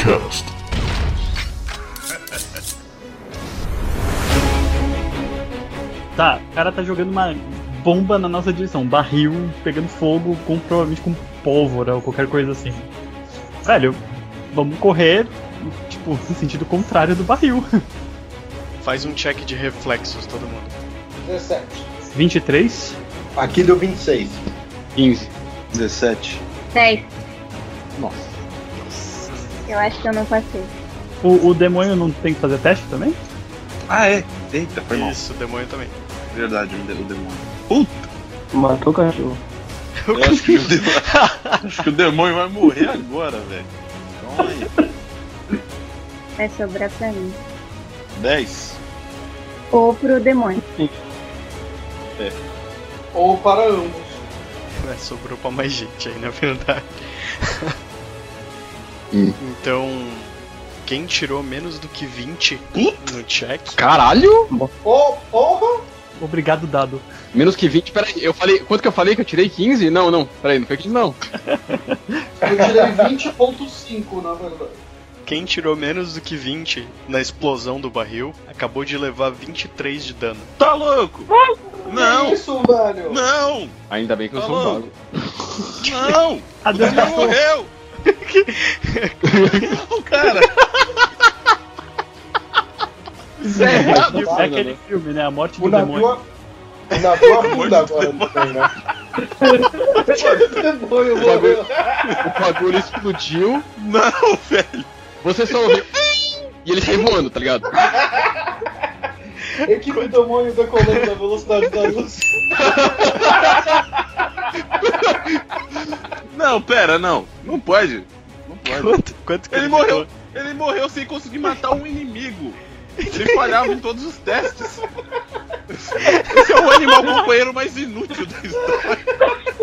Podcast. Tá, o cara tá jogando uma bomba na nossa direção, um barril pegando fogo, provavelmente com pólvora ou qualquer coisa assim. Velho, vamos correr, tipo, no sentido contrário do barril. Faz um check de reflexos, todo mundo. 17. 23. Aqui deu 26. 15. 17. 10. Nossa. Eu acho que eu não passei. O demônio não tem que fazer teste também? Ah, é? Eita, foi mal. Isso, o demônio também. Verdade, o demônio. Puta! Matou o cachorro. Eu acho que o demônio vai morrer agora, velho. Calma aí. Vai sobrar pra mim. 10. Ou pro demônio. Ou para ambos. Sobrou pra mais gente aí, na verdade. Então, quem tirou menos do que 20 no check... Caralho! Ô, porra! Obrigado, dado. Menos que 20, peraí, eu falei. Quanto que eu falei que eu tirei 15? Não, peraí, não foi 15 não. Eu tirei 20.5, na verdade. Quem tirou menos do que 20 na explosão do barril acabou de levar 23 de dano. Tá louco? Não! Que isso, velho? Não! Ainda bem que eu sou um mago. Não! Adeus, Ele morreu! Não, cara! É aquele filme, né? A morte do O demônio. navio afunda agora também, né? O demônio morreu. O bagulho explodiu. Não, velho! Você só ouviu. E ele saiu voando, tá ligado? Equipe do demônio decolando da velocidade da luz. Não, pera, não. Não pode. Não pode. Quanto que Ele ficou? morreu. Ele morreu sem conseguir matar um inimigo. Ele falhava em todos os testes. Esse é o animal companheiro mais inútil da história.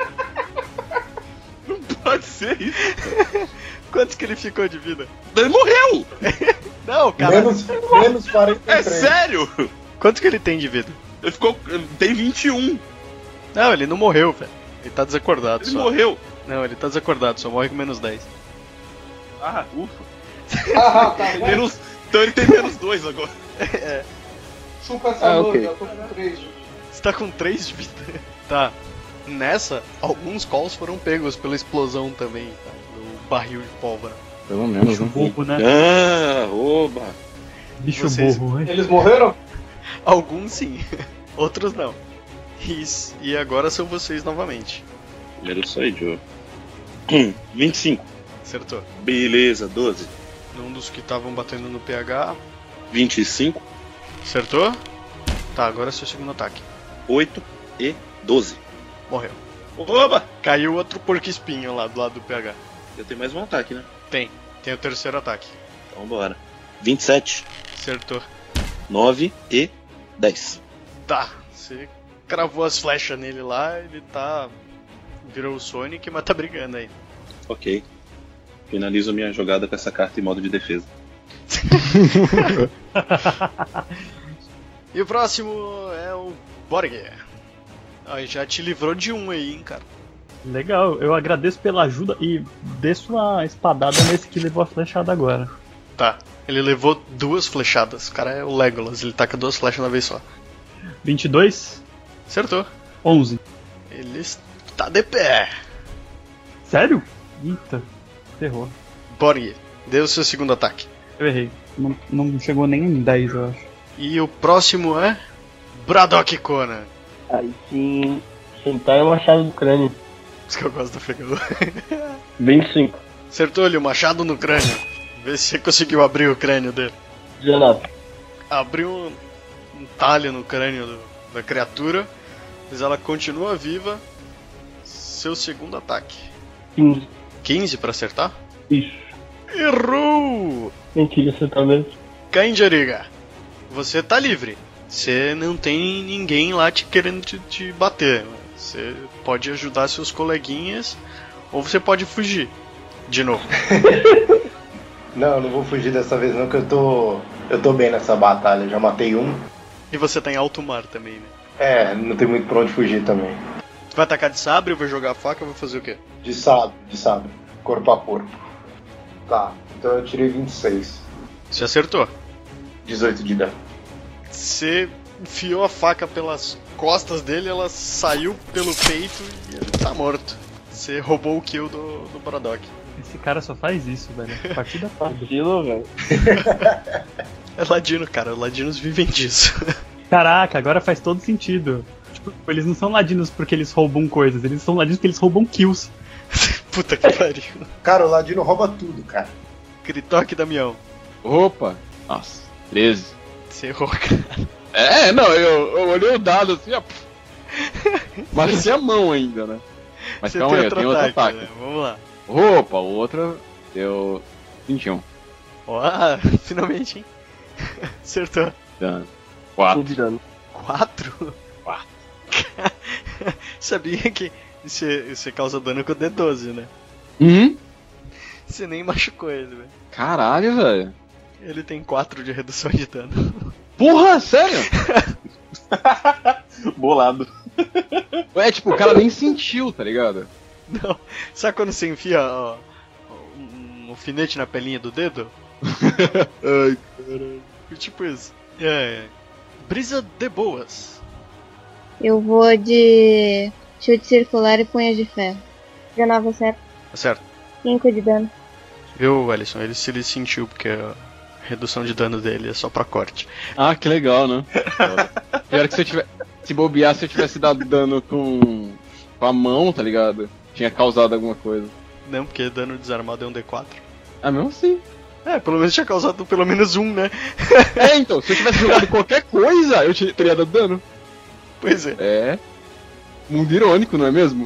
Não pode ser isso. Quanto que ele ficou de vida? Ele morreu! Não, cara. Menos 43. É sério? Quanto que ele tem de vida? Ele tem 21. Não, ele não morreu, velho. Ele tá desacordado Ele só. morreu. Não, ele tá desacordado, só morre com menos 10. Ah, ufa. Tá. Então ele tem menos 2 agora. Chupa essa manga, ok. eu tô com 3. Você tá com 3 de vida. Tá. Nessa, alguns calls foram pegos pela explosão também, tá? Do barril de pólvora. Pelo menos, Bicho burro, né? Ah, oba. Bicho Vocês- burro. Hein? Eles morreram? Alguns sim, outros não. E agora são vocês novamente. Primeiro só aí, Joe. 25. Acertou. Beleza, 12. Num dos que estavam batendo no PH. 25, Acertou? Tá, agora é seu segundo ataque. 8 e 12. Morreu. Oba! Caiu outro porco espinho lá do lado do PH. Eu tenho mais um ataque, né? Tem o terceiro ataque. Então bora. 27, Acertou. 9 e 10. Tá, você cravou as flechas nele lá, ele tá. Virou o Sonic, mas tá brigando aí. Ok. Finalizo minha jogada com essa carta em modo de defesa. E o próximo é o Borg. Aí já te livrou de um aí, hein, cara. Legal, eu agradeço pela ajuda e desço uma espadada nesse que levou a flechada agora. Tá, ele levou 2 flechadas. O cara é o Legolas, ele taca 2 flechas na vez só. 22, Acertou. 11. Ele está de pé. Sério? Eita, ferrou. Borg, dê o seu segundo ataque. Eu errei. Não chegou nem em 10, eu acho. E o próximo é Braddock Conan. Aí sim. Sentar o machado do crânio. Isso que eu gosto do pegador. 25. Acertou-lhe o machado no crânio. Vê se você conseguiu abrir o crânio dele. 19. Abriu um talho no crânio da criatura, mas ela continua viva. Seu segundo ataque. 15. 15 pra acertar? Isso. Errou! Mentira, você tá mesmo. Kainjariga, você tá livre. Você não tem ninguém lá querendo te bater. Você pode ajudar seus coleguinhas ou você pode fugir. De novo. Não, não vou fugir dessa vez não, que eu tô bem nessa batalha. Já matei um. E você tá em alto mar também, né? É, não tem muito pra onde fugir também. Tu vai atacar de sabre, vai jogar a faca, vai fazer o quê? De sabre. Corpo a corpo. Tá, então eu tirei 26. Você acertou. 18 de dano. Você enfiou a faca pelas costas dele, ela saiu pelo peito e ele tá morto. Você roubou o kill do Braddock. Esse cara só faz isso, velho. Partida toda. Aquilo, velho. É ladino, cara. Ladinos vivem disso. Caraca, agora faz todo sentido. Tipo, eles não são ladinos porque eles roubam coisas, eles são ladinos porque eles roubam kills. Puta que pariu. Cara, o Ladino rouba tudo, cara. Critoque, Damião. Opa! Nossa, 13. Você errou, cara. Não, eu olhei o dado assim, ó. Mas a mão ainda, né? Mas Você calma tem aí, eu tenho outro ataque. né? Vamos lá. Opa, o outro deu 21. Ó, finalmente, hein? Acertou. Dano. 4. De dano. 4? 4. Sabia que você causa dano com o D12, né? Você nem machucou ele, velho. Caralho, velho. Ele tem 4 de redução de dano. Porra, sério? Bolado. É, tipo, o cara nem sentiu, tá ligado? Não. Sabe quando você enfia ó, um alfinete na pelinha do dedo? Ai, caralho. Tipo isso. É. Brisa de boas. Eu vou de chute circular e punho de ferro. 19 acerta. Certo. 5 de dano. Viu, Alisson? Ele sentiu, porque a redução de dano dele é só pra corte. Ah, que legal, né? Pior que se bobear, se eu tivesse dado dano com a mão, tá ligado? Tinha causado alguma coisa. Não, porque dano desarmado é um D4. Ah, mesmo assim. É, pelo menos tinha causado pelo menos um, né? É, então, se eu tivesse jogado qualquer coisa, eu teria dado dano. Pois é. É. Mundo irônico, não é mesmo?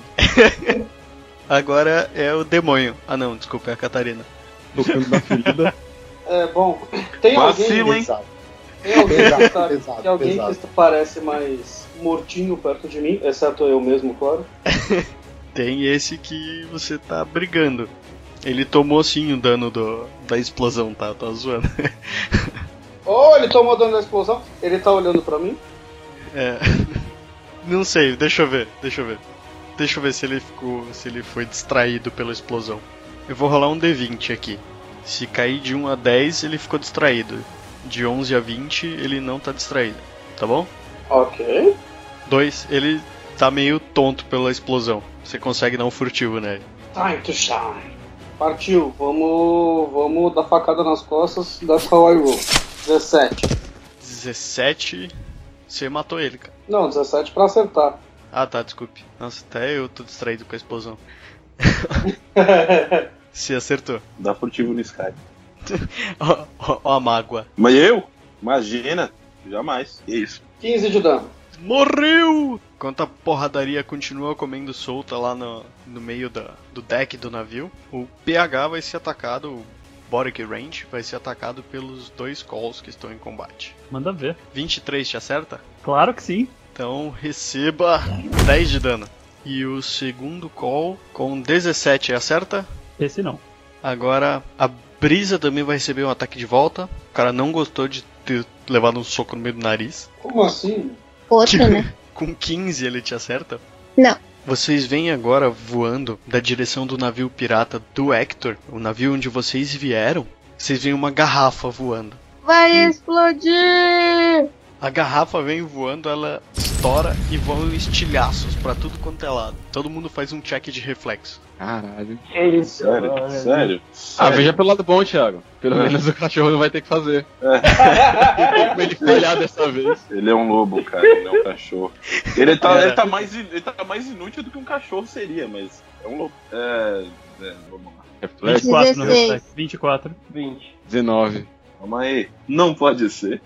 Agora é o demônio. Ah não, desculpa, é a Catarina. Tocando na ferida. Bom, tem Vacilo, hein? Tem alguém, Pesado, tá, pesado, tem alguém pesado. que parece mais mortinho perto de mim, exceto eu mesmo, claro. Tem esse que você tá brigando. Ele tomou sim o dano da explosão, tá? Tá zoando. Oh, ele tomou dano da explosão, ele tá olhando pra mim. É. Não sei, deixa eu ver. Deixa eu ver se ele foi distraído pela explosão. Eu vou rolar um D20 aqui. Se cair de 1 a 10, ele ficou distraído. De 11 a 20, ele não tá distraído. Tá bom? Ok. 2, ele tá meio tonto pela explosão. Você consegue dar um furtivo nele. Time to shine. Partiu, vamos dar facada nas costas, that's how I roll. 17. 17, você matou ele, cara. Não, 17 pra acertar. Ah tá, desculpe. Nossa, até eu tô distraído com a explosão. Se acertou. Dá furtivo no Sky. Ó a mágoa. Mas eu? Imagina. Jamais. Que isso. 15 de dano. Morreu! Enquanto a porradaria continua comendo solta lá no meio do deck do navio, o PH vai ser atacado, o Boric Range vai ser atacado pelos 2 calls que estão em combate. Manda ver. 23 te acerta? Claro que sim. Então receba 10 de dano. E o segundo call com 17 acerta? Esse não. Agora a Brisa também vai receber um ataque de volta. O cara não gostou de ter levado um soco no meio do nariz. Como assim? Outro, né? Com 15 ele te acerta? Não. Vocês vêm agora voando da direção do navio pirata do Hector, o navio onde vocês vieram. Vocês veem uma garrafa voando. Vai explodir! A garrafa vem voando, ela estoura e voam estilhaços pra tudo quanto é lado. Todo mundo faz um check de reflexo. Caralho. Sério? Sério? Ah, veja pelo lado bom, Thiago. Pelo menos o cachorro não vai ter que fazer. Como ele falhar dessa vez. Ele é um lobo, cara. Ele é um cachorro. Ele tá mais inútil do que um cachorro seria, mas é um lobo. Vamos lá. Reflexo. 24 no 16. reflexo. 24. 20. 19. Calma aí. Não pode ser.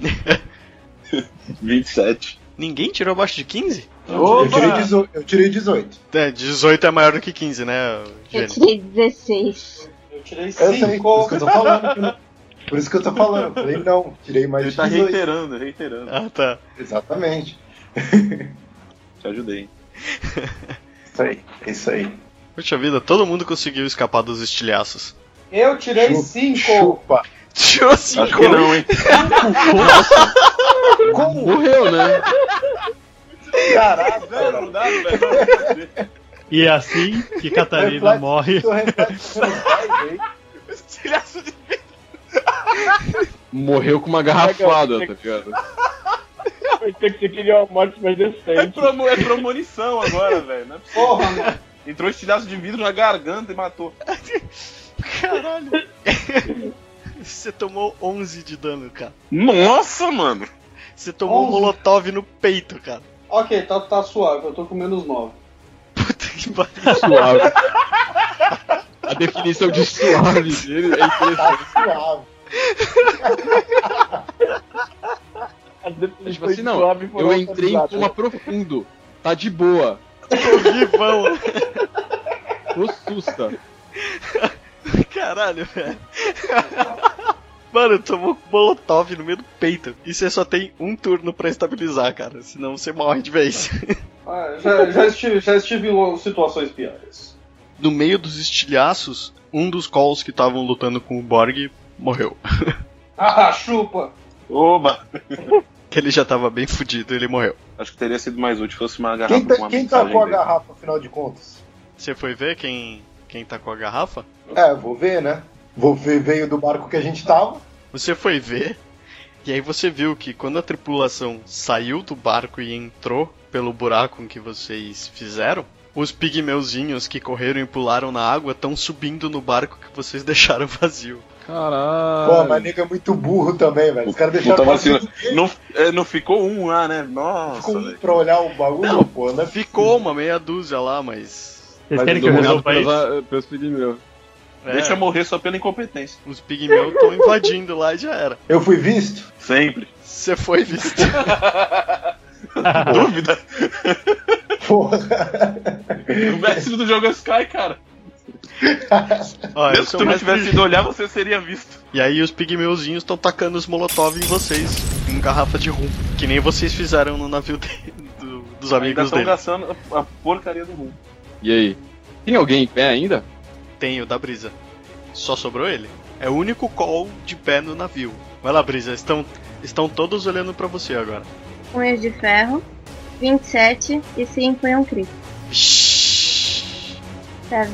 27. Ninguém tirou abaixo de 15? Eu tirei 18. É, 18 é maior do que 15, né, Eu Gênio? tirei 16. Eu tirei Eu sei, 5. por isso que eu tô falando. Por isso que eu tô falando. Eu falei, não, tirei mais Ele de tá 18. reiterando. Ah, tá. Exatamente. Te ajudei. Isso aí, é isso aí. Puxa vida, todo mundo conseguiu escapar dos estilhaços. Eu tirei 5. Chupa. Tirou 5. Acho que não, hein? Como? Morreu, né? Caralho, Não dá, velho. E é assim que Catarina morre. Tô reflexo menos 10, hein? Morreu com uma garrafada, tá ligado? Eu pensei que você queria uma morte mais decente. É premonição agora, velho. Não é possível. Porra, mano. Entrou estilhaço de vidro na garganta e matou. Caralho. Você tomou 11 de dano, cara. Nossa, mano. Você tomou 11? um molotov no peito, cara. Ok, tá suave, eu tô com menos 9. Puta que pariu. Suave. A definição de suave dele é interessante. Suave. As definições Tipo assim, não, suave foram eu entrei em atualizadas. coma profundo. Tá de boa. Tô vivão. Tô susta. Caralho, velho. Mano, tomou molotov no meio do peito. E você só tem um turno pra estabilizar, cara. Senão você morre de vez. Ah, já estive em situações piores. No meio dos estilhaços, um dos calls que estavam lutando com o Borg morreu. Ah, chupa! Oba! Que ele já tava bem fudido, ele morreu. Acho que teria sido mais útil se fosse uma garrafa com uma Quem mensagem tacou a dele. garrafa, afinal de contas? Você foi ver quem tacou a garrafa? É, vou ver, né? Vou ver, veio do barco que a gente tava. Você foi ver, e aí você viu que quando a tripulação saiu do barco e entrou pelo buraco que vocês fizeram, os pigmeuzinhos que correram e pularam na água estão subindo no barco que vocês deixaram vazio. Caralho. Pô, mas nega é muito burro também, velho. Os caras deixaram Puta vazio. vacina. Não ficou um lá, né? Nossa, Ficou um velho. pra olhar o bagulho, pô, né? Ficou uma meia dúzia lá, mas... Vocês querem que eu resolva isso? Pelos pigmeus. É, Deixa morrer só pela incompetência. os pigmeus estão invadindo lá e já era. Eu fui visto? Sempre. Você foi visto. Dúvida? Porra. O mestre do jogo é Sky, cara. Ó, eu Mesmo se sou tu não mestre- tivesse ido olhar, você seria visto. E aí os pigmeuzinhos estão tacando os molotov em vocês, em garrafa de rum. Que nem vocês fizeram no navio dos Ainda amigos estão dele. gastando a porcaria do mundo. E aí? Tem alguém em pé ainda? Tem o da Brisa. Só sobrou ele. É o único call de pé no navio. Vai lá, Brisa. Estão todos olhando pra você agora. Punhos de ferro, 27 e 5 foi um crítico. Shhh. Tá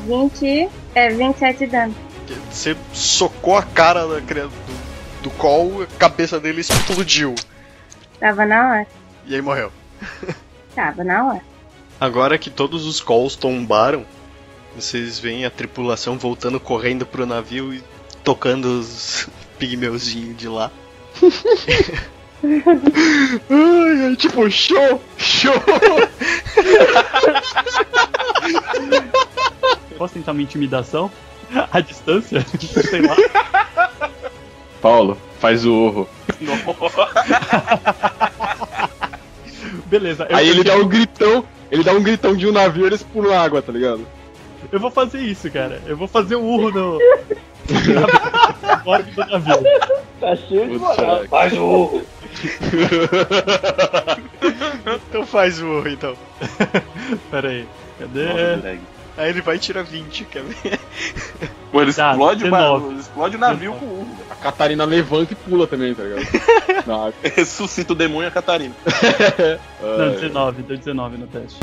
27 dano. Você socou a cara do call, a cabeça dele explodiu. Tava na hora. E aí morreu. Tava na hora. Agora que todos os calls tombaram, vocês veem a tripulação voltando correndo pro navio e tocando os pigmeuzinhos de lá. Ai, tipo, show! Posso tentar uma intimidação? À distância? Sei lá. Paulo, faz o urro. Beleza. Aí ele dá um gritão de um navio e eles pulam a água, tá ligado? Eu vou fazer isso, cara. Eu vou fazer o urro no bordo do navio. Tá cheio de Putz, moral. Faz o urro. Então faz o urro, então. Pera aí. Cadê? Aí ele vai e tira 20, quer ver? Pô, ele Tá, explode, 19. mano, explode o navio com o urro. A Catarina levanta e pula também, tá ligado? Na água. Ressuscita o demônio a Catarina. Não, 19. Deu 19 no teste.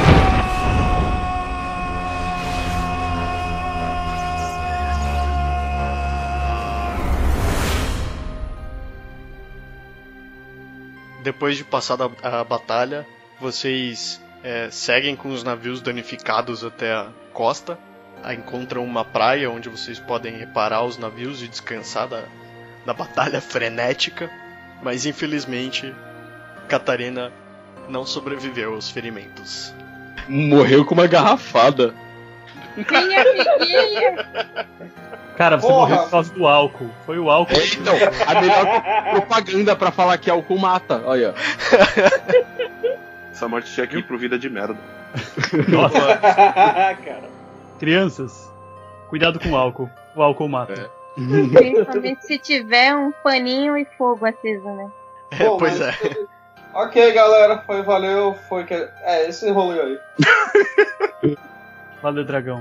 Depois de passar a batalha, vocês seguem com os navios danificados até a costa. Aí encontram uma praia onde vocês podem reparar os navios e descansar da batalha frenética. Mas infelizmente, Catarina não sobreviveu aos ferimentos. Morreu com uma garrafada. Minha amiguinha! Cara, você Porra. morreu por causa do álcool. Foi o álcool. Então, a melhor propaganda pra falar que álcool mata. Olha. Essa morte tinha aqui pro vida de merda. Nossa, Cara. crianças, cuidado com o álcool. O álcool mata. Principalmente se tiver um paninho e fogo aceso, né? Pô, Pois mas- é. Ok, galera, valeu, esse rolê aí. Valeu, dragão.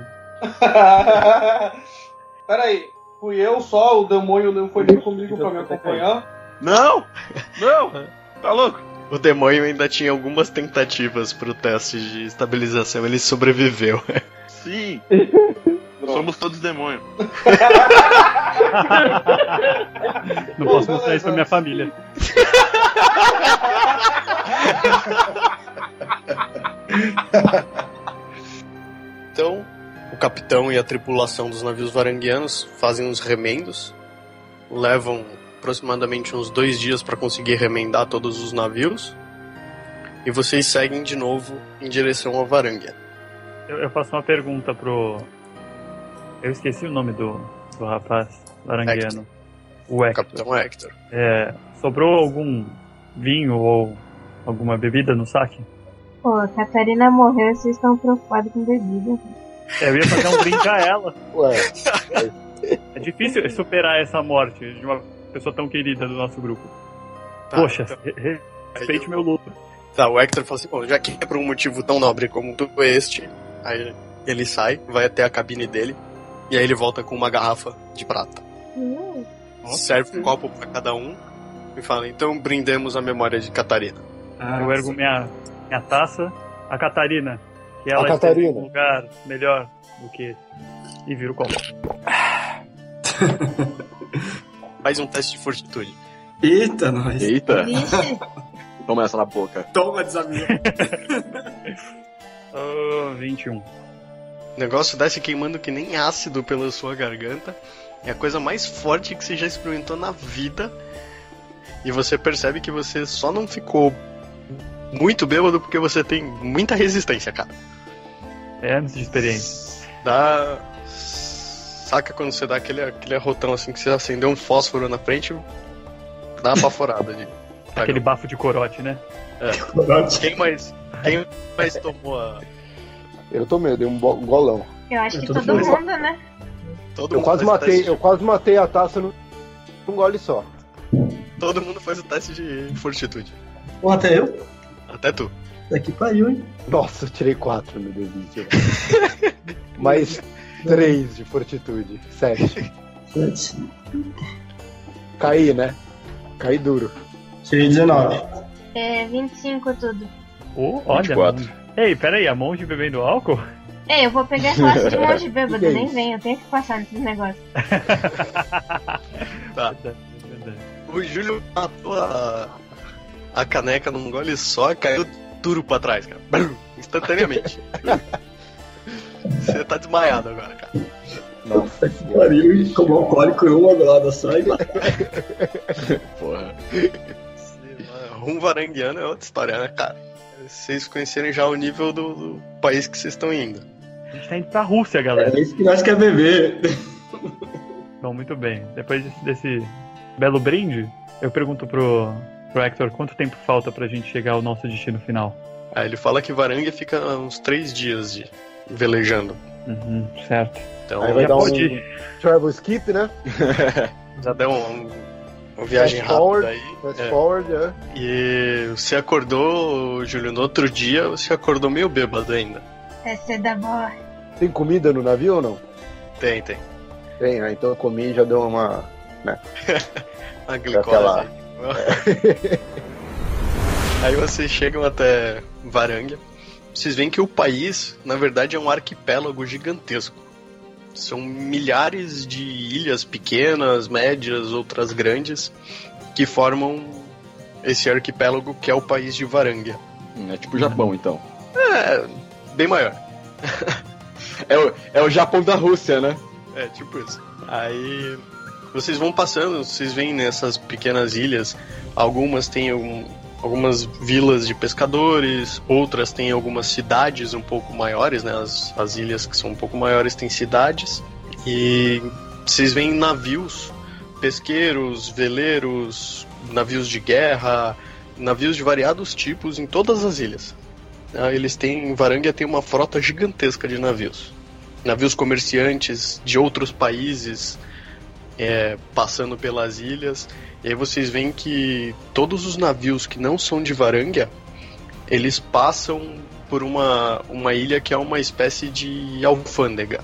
Peraí, fui eu só, o demônio não foi nem comigo pra me acompanhar? Não! Não! Tá louco? O demônio ainda tinha algumas tentativas pro teste de estabilização, ele sobreviveu. Sim! Somos todos demônios. Não posso mostrar isso pra minha família. Então, o capitão e a tripulação dos navios varanguianos fazem uns remendos, levam aproximadamente uns 2 dias para conseguir remendar todos os navios, e vocês seguem de novo em direção a Varangia. Eu faço uma pergunta pro... Eu esqueci o nome do rapaz varanguiano. O Hector. Capitão Hector. Sobrou algum vinho ou alguma bebida no saque? Pô, a Catarina morreu e vocês estão preocupados com bebida. Eu ia fazer um brinde a ela. Ué, É difícil superar essa morte de uma pessoa tão querida do nosso grupo. Tá, Poxa, então- respeite meu luto. Tá, o Hector fala assim, bom, já que é por um motivo tão nobre como este, aí ele sai, vai até a cabine dele, e aí ele volta com uma garrafa de prata. Serve um copo pra cada um, e fala, então brindemos a memória de Catarina. Eu ergo minha taça. A Catarina. Que ela A Catarina. esteja em um lugar melhor do que esse. E vira o copo. Faz um teste de fortitude. Eita, nós. Eita, Vixe, toma essa na boca. Toma, desafio. 21. O negócio desce queimando que nem ácido pela sua garganta. É a coisa mais forte que você já experimentou na vida. E você percebe que você só não ficou muito bêbado porque você tem muita resistência, cara. É anos de experiência. Dá... Saca quando você dá aquele arrotão assim que você acendeu um fósforo na frente, dá uma baforada de... Aquele bafo de corote, né? Quem mais tomou a... eu tomei, eu dei um golão. eu acho que Tudo todo bem. mundo, né? Todo Eu mundo quase faz o teste matei a taça num gole só. Todo mundo faz o teste de fortitude. Porra, até eu? Até tu. Daqui pariu, hein? Nossa, eu tirei 4, meu Deus do céu. Mais 3 de fortitude. 7. Caí, né? Caí duro. Tirei 19. 25 tudo. Olha. 24. Monge. Ei, peraí, a monge bebendo álcool? Ei, eu vou pegar a classe de monge bêbado, Que é nem isso? vem, eu tenho que passar nesses negócios. Tá. O Júlio matou a caneca num gole só, caiu duro pra trás, cara. Brum, instantaneamente. Você tá desmaiado agora, cara. Puta que pariu, como alcoólico em uma golada só e lá. Porra. Rum varanguiano é outra história, né, cara? Vocês conhecerem já o nível do país que vocês estão indo. A gente tá indo pra Rússia, galera. É isso que nós quer beber. Bom, muito bem. Depois desse belo brinde, eu pergunto pro Hector quanto tempo falta pra gente chegar ao nosso destino final. Aí ele fala que Varangia fica uns 3 dias de velejando. Uhum, certo. Então Aí vai já dar pode- um travel skip, né? já deu uma viagem Fast forward, rápida aí. Fast É. forward, é. E você acordou, Júlio, no outro dia você acordou meio bêbado ainda. Essa é da boa. Tem comida no navio ou não? Tem. Tem, né? Então eu comi e já deu uma... A glicose. Aquela- aí. Aí vocês chegam até Varangia. Vocês veem que o país, na verdade, é um arquipélago gigantesco. São milhares de ilhas pequenas, médias, outras grandes, que formam esse arquipélago que é o país de Varangia. É tipo o Japão, então. É, bem maior. É o Japão da Rússia, né? É, tipo isso. Aí vocês vão passando, vocês veem nessas pequenas ilhas, algumas têm algumas vilas de pescadores, outras têm algumas cidades um pouco maiores, né? As ilhas que são um pouco maiores têm cidades. E vocês veem navios, pesqueiros, veleiros, navios de guerra, navios de variados tipos em todas as ilhas. Varangia tem uma frota gigantesca de navios. Navios comerciantes de outros países passando pelas ilhas. E aí vocês veem que todos os navios que não são de Varangia, eles passam por uma ilha que é uma espécie de alfândega.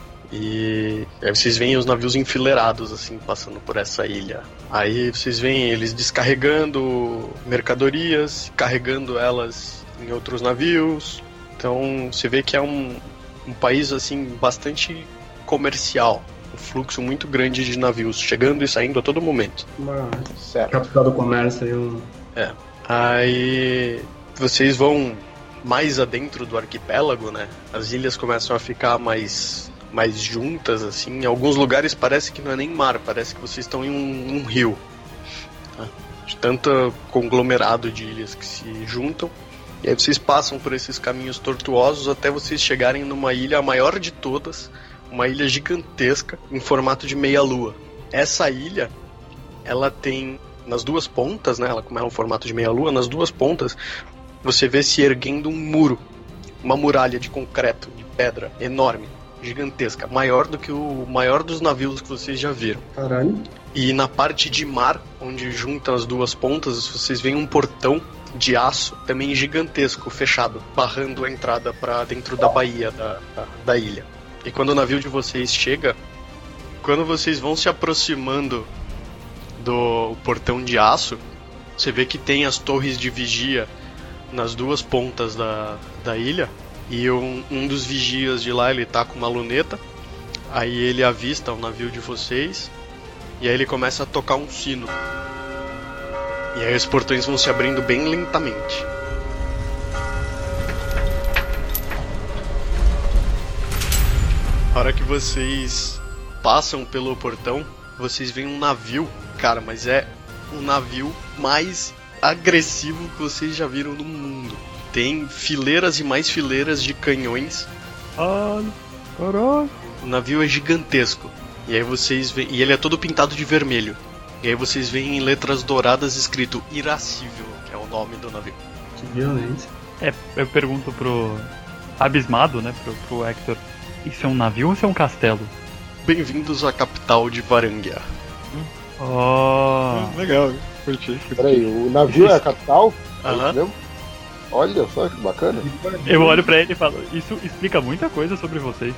E aí vocês veem os navios enfileirados assim, passando por essa ilha. Aí vocês veem eles descarregando mercadorias, carregando elas em outros navios. Então você vê que é um país assim bastante comercial. Um fluxo muito grande de navios chegando e saindo a todo momento. Uma Certo. capital do comércio aí. Aí vocês vão mais adentro do arquipélago, né? As ilhas começam a ficar mais juntas, assim. Em alguns lugares parece que não é nem mar, parece que vocês estão em um rio. Tá? De tanto conglomerado de ilhas que se juntam. E aí vocês passam por esses caminhos tortuosos até vocês chegarem numa ilha, a maior de todas, uma ilha gigantesca em formato de meia-lua. Essa ilha, ela tem nas duas pontas, né? Ela, como é um formato de meia-lua, nas duas pontas você vê se erguendo um muro, uma muralha de concreto, de pedra, enorme, gigantesca, maior do que o maior dos navios que vocês já viram. Caralho. E na parte de mar, onde juntam as duas pontas, vocês veem um portão de aço, também gigantesco, fechado, barrando a entrada para dentro da baía da ilha. E quando o navio de vocês chega, quando vocês vão se aproximando do portão de aço, você vê que tem as torres de vigia nas duas pontas da ilha, e um dos vigias de lá, ele tá com uma luneta, aí ele avista o navio de vocês, e aí ele começa a tocar um sino. E aí os portões vão se abrindo bem lentamente. A hora que vocês passam pelo portão, vocês veem um navio, cara, mas é um navio mais agressivo que vocês já viram no mundo. Tem fileiras e mais fileiras de canhões. Caralho. O navio é gigantesco. E aí vocês veem, e ele é todo pintado de vermelho. E aí vocês veem em letras douradas escrito Irascível, que é o nome do navio. Que violência. Eu pergunto pro abismado, né, pro Hector, isso é um navio ou isso é um castelo? Bem-vindos à capital de Varangia. Legal, curti. Peraí, o navio é a capital? Aham. É mesmo? Olha só que bacana. Eu olho pra ele e falo, isso explica muita coisa sobre vocês.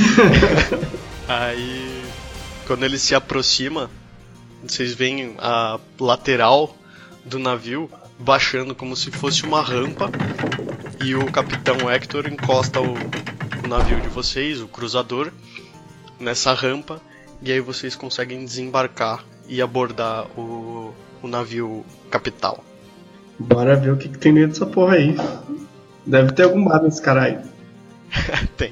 Aí, quando ele se aproxima, vocês veem a lateral do navio baixando como se fosse uma rampa, e o capitão Hector encosta o navio de vocês, o cruzador, nessa rampa, e aí vocês conseguem desembarcar e abordar o navio capital. Bora ver o que tem dentro dessa porra aí. Deve ter algum bar nesse caralho. Tem.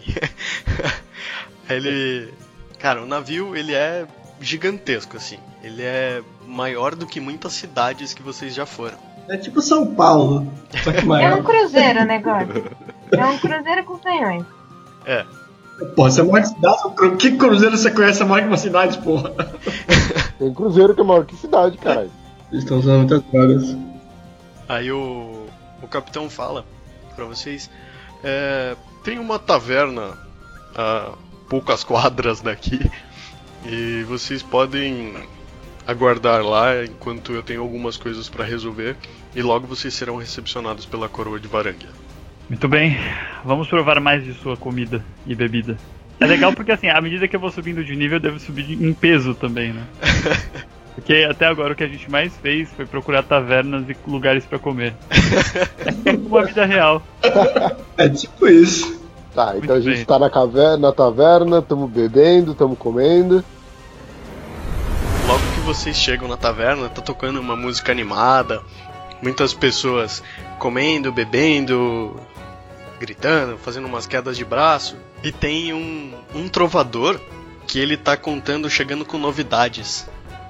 Cara, o navio, ele é gigantesco, assim. Ele é maior do que muitas cidades que vocês já foram. É tipo São Paulo, só que maior. É um cruzeiro o negócio. É um cruzeiro com canhões. É. Pô, você é maior que cidade? Que cruzeiro você conhece maior que uma cidade, porra? Tem cruzeiro que é maior que cidade, caralho. Eles estão usando muitas drogas. Aí o capitão fala pra vocês, tem uma taverna a poucas quadras daqui, e vocês podem aguardar lá enquanto eu tenho algumas coisas pra resolver, e logo vocês serão recepcionados pela coroa de Varangia. Muito bem, vamos provar mais de sua comida e bebida. É legal porque assim, à medida que eu vou subindo de nível, eu devo subir em peso também, né? Porque até agora o que a gente mais fez foi procurar tavernas e lugares pra comer. É uma vida real. É tipo isso. Tá, então Muito a gente bem. tá na taverna, tamo bebendo, tamo comendo. Logo que vocês chegam na taverna, tá tocando uma música animada, muitas pessoas comendo, bebendo, gritando, fazendo umas quedas de braço. E tem um trovador que ele tá contando, chegando com novidades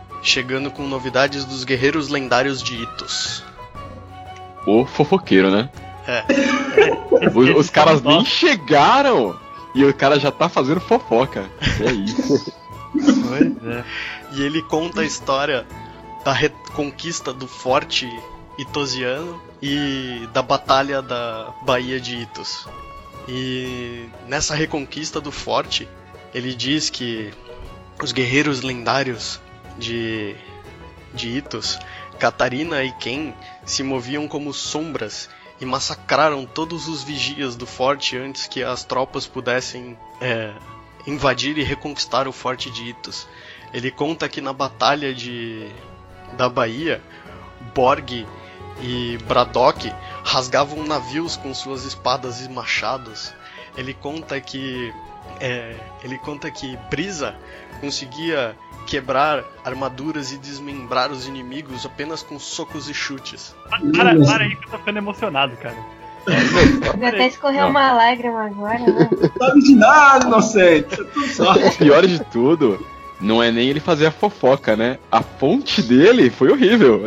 dos guerreiros lendários de Itos. O fofoqueiro, né? É. Os caras nem chegaram e o cara já tá fazendo fofoca. É isso. Pois é. E ele conta a história da reconquista do forte itosiano e da batalha da Baía de Itos. E nessa reconquista do forte, ele diz que os guerreiros lendários de Itos, Catarina e Ken, se moviam como sombras e massacraram todos os vigias do forte antes que as tropas pudessem invadir e reconquistar o forte de Itos. Ele conta que na batalha da Baía, Borg e Braddock rasgavam navios com suas espadas e machados. ele conta que Brisa conseguia quebrar armaduras e desmembrar os inimigos apenas com socos e chutes. Para aí que eu tô ficando emocionado, cara. Até escorreu uma lágrima agora, né? Não sabe de nada, inocente. O pior de tudo, não é nem ele fazer a fofoca, né? A fonte dele foi horrível.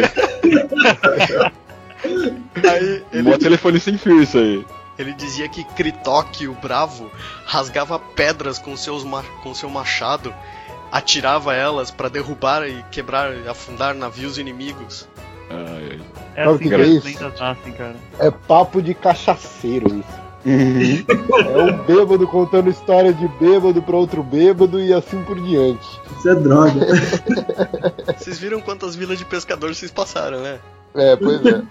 Aí Mó telefone sem fio isso aí. ele dizia que Kritok, o bravo, rasgava pedras com seu machado, atirava elas pra derrubar e quebrar e afundar navios inimigos. É Sabe assim o que que é as isso? lendas nascem, cara. É papo de cachaceiro isso. É um bêbado contando história de bêbado pra outro bêbado e assim por diante. Isso é droga. Vocês viram quantas vilas de pescadores vocês passaram, né? É, pois é.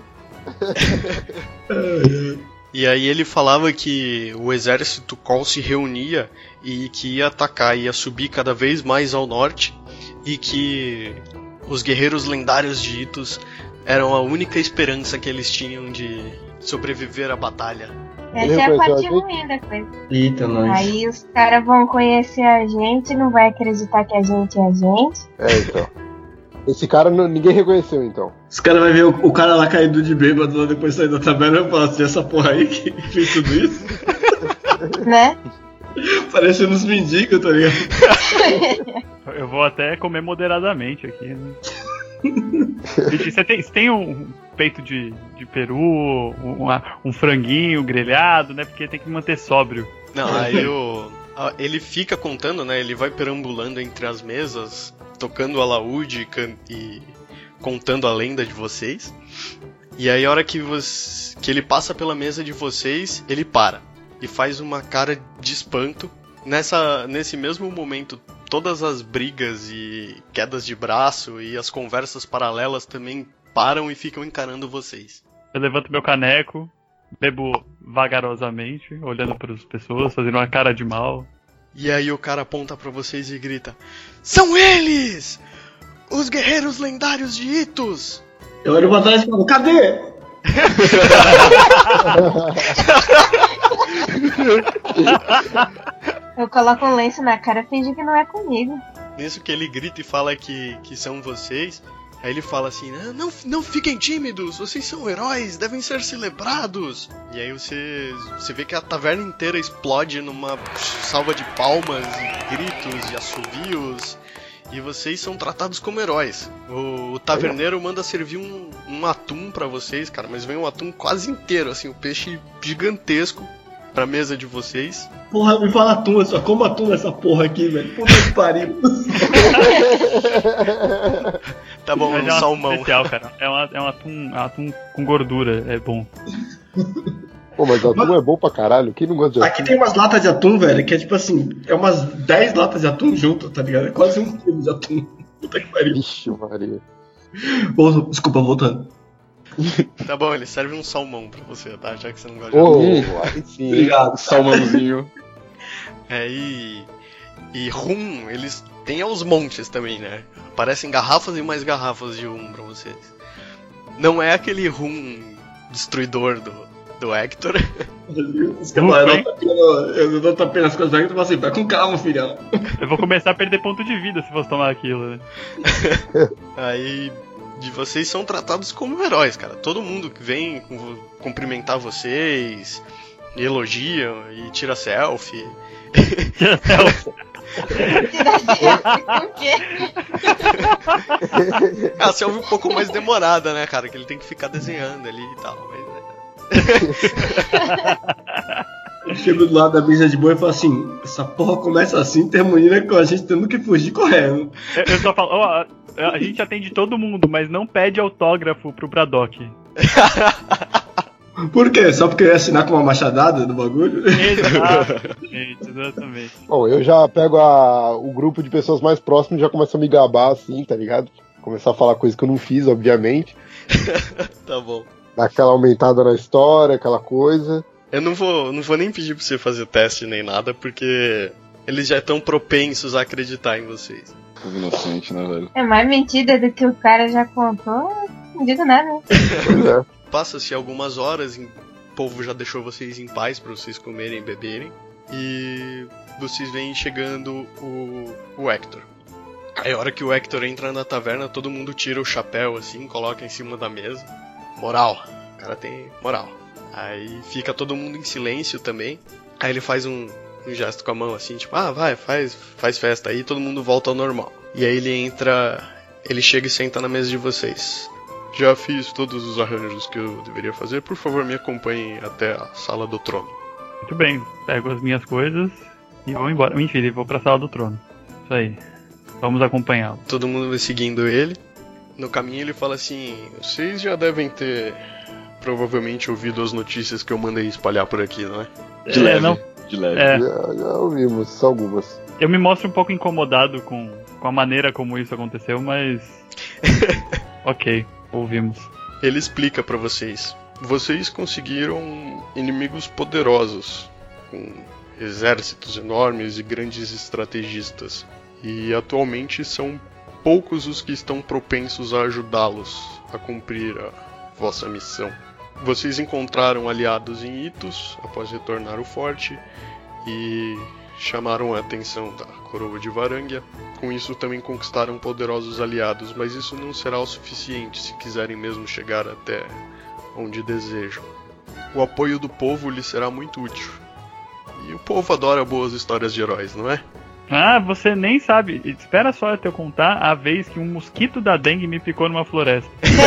E aí ele falava que o exército Col se reunia e que ia atacar, ia subir cada vez mais ao norte, e que os guerreiros lendários de Itos eram a única esperança que eles tinham de sobreviver à batalha. Essa é a parte ruim da coisa. Eita, nós. Aí os caras vão conhecer a gente, não vai acreditar que a gente é a gente. É, então. Esse cara ninguém reconheceu, então. Os caras vão ver o cara lá caído de bêbado lá depois de sair da taberna e vão falar assim, essa porra aí que fez tudo isso? Né? Parecendo uns mendigos, tá ligado? Eu vou até comer moderadamente aqui, né? Gente, você tem um peito de peru, um franguinho grelhado, né? Porque tem que manter sóbrio. Não, aí ele fica contando, né? Ele vai perambulando entre as mesas, tocando alaúde e contando a lenda de vocês. E aí a hora que ele passa pela mesa de vocês, ele para e faz uma cara de espanto. Nesse mesmo momento, todas as brigas e quedas de braço e as conversas paralelas também param e ficam encarando vocês. Eu levanto meu caneco, bebo vagarosamente, olhando para as pessoas, fazendo uma cara de mal. E aí o cara aponta pra vocês e grita: "São eles! Os guerreiros lendários de Itos!" Eu olho pra trás e falo, cadê? Eu coloco um lenço na cara e finge que não é comigo. Nisso que ele grita e fala que são vocês, aí ele fala assim: não fiquem tímidos, vocês são heróis, devem ser celebrados. E aí você vê que a taverna inteira explode numa salva de palmas e gritos e assovios, e vocês são tratados como heróis. O taverneiro manda servir um atum pra vocês, cara, mas vem um atum quase inteiro, assim, um peixe gigantesco pra mesa de vocês. Porra, me fala atum, eu só como atum nessa porra aqui, velho. Puta que pariu. Tá bom, Mas é um salmão. especial, cara. É um atum com gordura, é bom. Pô, mas atum é bom pra caralho. Quem não gosta de atum? Aqui tem umas latas de atum, velho, que é tipo assim, é umas 10 latas de atum junto, tá ligado? É quase um quilo de atum. Puta que pariu. Vixe, Maria. Desculpa, voltando. Tá bom, ele serve um salmão pra você, tá? Já que você não gosta de atum. Aí sim. Obrigado. Salmãozinho. E rum, eles têm aos montes também, né? Aparecem garrafas e mais garrafas de rum pra vocês. Não é aquele rum destruidor do Hector. Os caras eu dou tapinha nas coisas do Hector e falo assim, vai com calma, filhão. Eu vou começar a perder ponto de vida se você tomar aquilo, né? Aí vocês são tratados como heróis, cara. Todo mundo que vem cumprimentar vocês, e elogiam e tira selfie. Tira selfie. O quê? A selfie um pouco mais demorada, né, cara? Que ele tem que ficar desenhando ali e tal. Mas... Eu chego do lado da mesa de boa e falo assim, essa porra começa assim, termina com a gente tendo que fugir correndo. Eu só falo, ó, a gente atende todo mundo, mas não pede autógrafo pro Braddock. Por quê? Só porque eu ia assinar com uma machadada do bagulho? Exatamente. Bom, eu já pego o grupo de pessoas mais próximas e já começo a me gabar assim, tá ligado? Começar a falar coisas que eu não fiz, obviamente. Tá bom. Dar aquela aumentada na história, aquela coisa. Eu não vou nem pedir pra você fazer teste nem nada, porque eles já estão propensos a acreditar em vocês. Inocente, né, velho? É mais mentira do que o cara já contou. Não digo nada. Pois é. Passa-se algumas horas povo já deixou vocês em paz para vocês comerem e beberem. E vocês veem chegando o Hector. Aí a hora que o Hector entra na taverna, todo mundo tira o chapéu assim, coloca em cima da mesa. Moral, o cara tem moral. Aí fica todo mundo em silêncio também. Aí ele faz um gesto com a mão assim, tipo, vai, faz festa aí, todo mundo volta ao normal. E aí ele chega e senta na mesa de vocês. Já fiz todos os arranjos que eu deveria fazer, por favor me acompanhem até a sala do trono. Muito bem, pego as minhas coisas e vou embora. Mentira, vou pra sala do trono. Isso aí, vamos acompanhá-lo. Todo mundo vai seguindo ele. No caminho ele fala assim, vocês já devem ter provavelmente ouvido as notícias que eu mandei espalhar por aqui, não é? De leve. Não. De leve. Já ouvimos algumas. Eu me mostro um pouco incomodado com a maneira como isso aconteceu, mas... ok, ouvimos. Ele explica pra vocês. Vocês conseguiram inimigos poderosos, com exércitos enormes e grandes estrategistas. E atualmente são poucos os que estão propensos a ajudá-los a cumprir a vossa missão. Vocês encontraram aliados em Itos após retornar ao forte e chamaram a atenção da coroa de Varangia. Com isso também conquistaram poderosos aliados, mas isso não será o suficiente se quiserem mesmo chegar até onde desejam. O apoio do povo lhes será muito útil. E o povo adora boas histórias de heróis, não é? Ah, você nem sabe. Espera só eu contar a vez que um mosquito da dengue me picou numa floresta.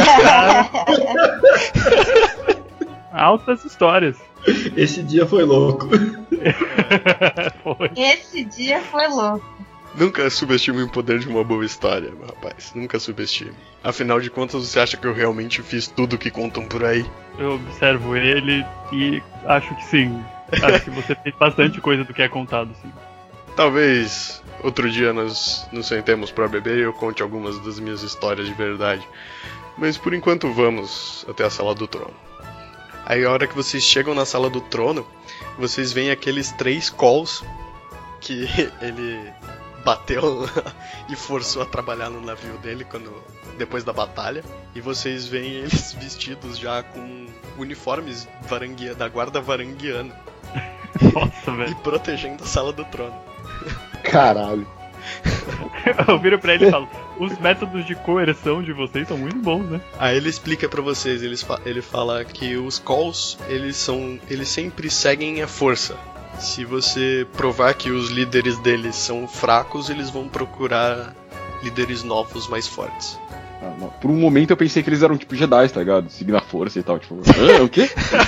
Altas histórias. Esse dia foi louco. Foi. Esse dia foi louco. Nunca subestime o poder de uma boa história, meu rapaz. Nunca subestime. Afinal de contas, você acha que eu realmente fiz tudo o que contam por aí? Eu observo ele e acho que sim. Acho que você fez bastante coisa do que é contado, sim. Talvez outro dia nós nos sentemos pra beber e eu conte algumas das minhas histórias de verdade. Mas por enquanto vamos até a sala do trono. Aí a hora que vocês chegam na sala do trono, vocês veem aqueles 3 calls que ele bateu e forçou a trabalhar no navio dele depois da batalha. E vocês veem eles vestidos já com uniformes da guarda varanguiana. Nossa, velho. E protegendo a sala do trono. Caralho. Eu viro pra ele e falo, os métodos de coerção de vocês são muito bons, né? Aí ele explica pra vocês, ele fala que os calls, eles sempre seguem a força. Se você provar que os líderes deles são fracos, eles vão procurar líderes novos mais fortes. Por um momento eu pensei que eles eram tipo Jedi, tá ligado? Seguindo a força e tal, tipo... o quê?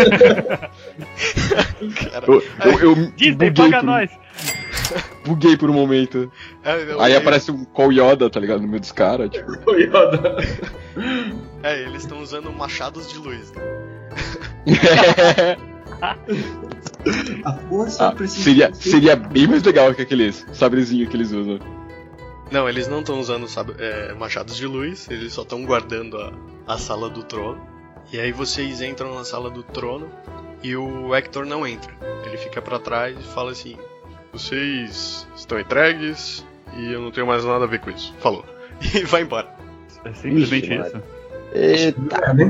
eu Disney, paga nós! Buguei por um momento. Aí aparece um Call Yoda, tá ligado? No meio dos caras, tipo... Call Yoda. Eles estão usando machados de luz. A força precisa... Seria bem mais legal que aqueles sabrezinhos que eles usam. Não, eles não estão usando machados de luz, eles só estão guardando a sala do trono. E aí vocês entram na sala do trono e o Hector não entra. Ele fica pra trás e fala assim: vocês estão entregues e eu não tenho mais nada a ver com isso. Falou. E vai embora. É simplesmente isso. Eita.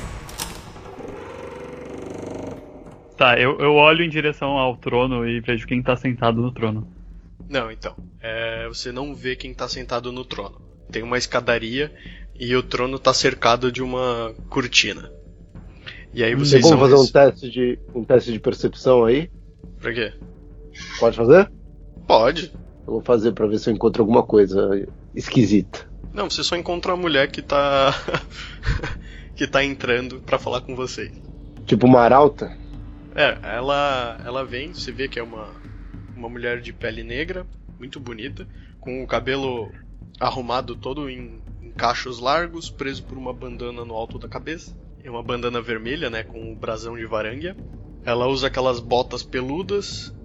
Tá, eu olho em direção ao trono e vejo quem tá sentado no trono. Não, então. Você não vê quem tá sentado no trono. Tem uma escadaria e o trono tá cercado de uma cortina. E aí vocês vão fazer um teste de percepção aí? Pra quê? Pode fazer? Pode. Eu vou fazer pra ver se eu encontro alguma coisa esquisita. Não, você só encontra uma mulher que tá que tá entrando pra falar com vocês. Tipo uma arauta? Ela vem, você vê que é uma mulher de pele negra, muito bonita, com o cabelo arrumado todo em cachos largos, preso por uma bandana no alto da cabeça. É uma bandana vermelha, né, com o brasão de Varangia. Ela usa aquelas botas peludas,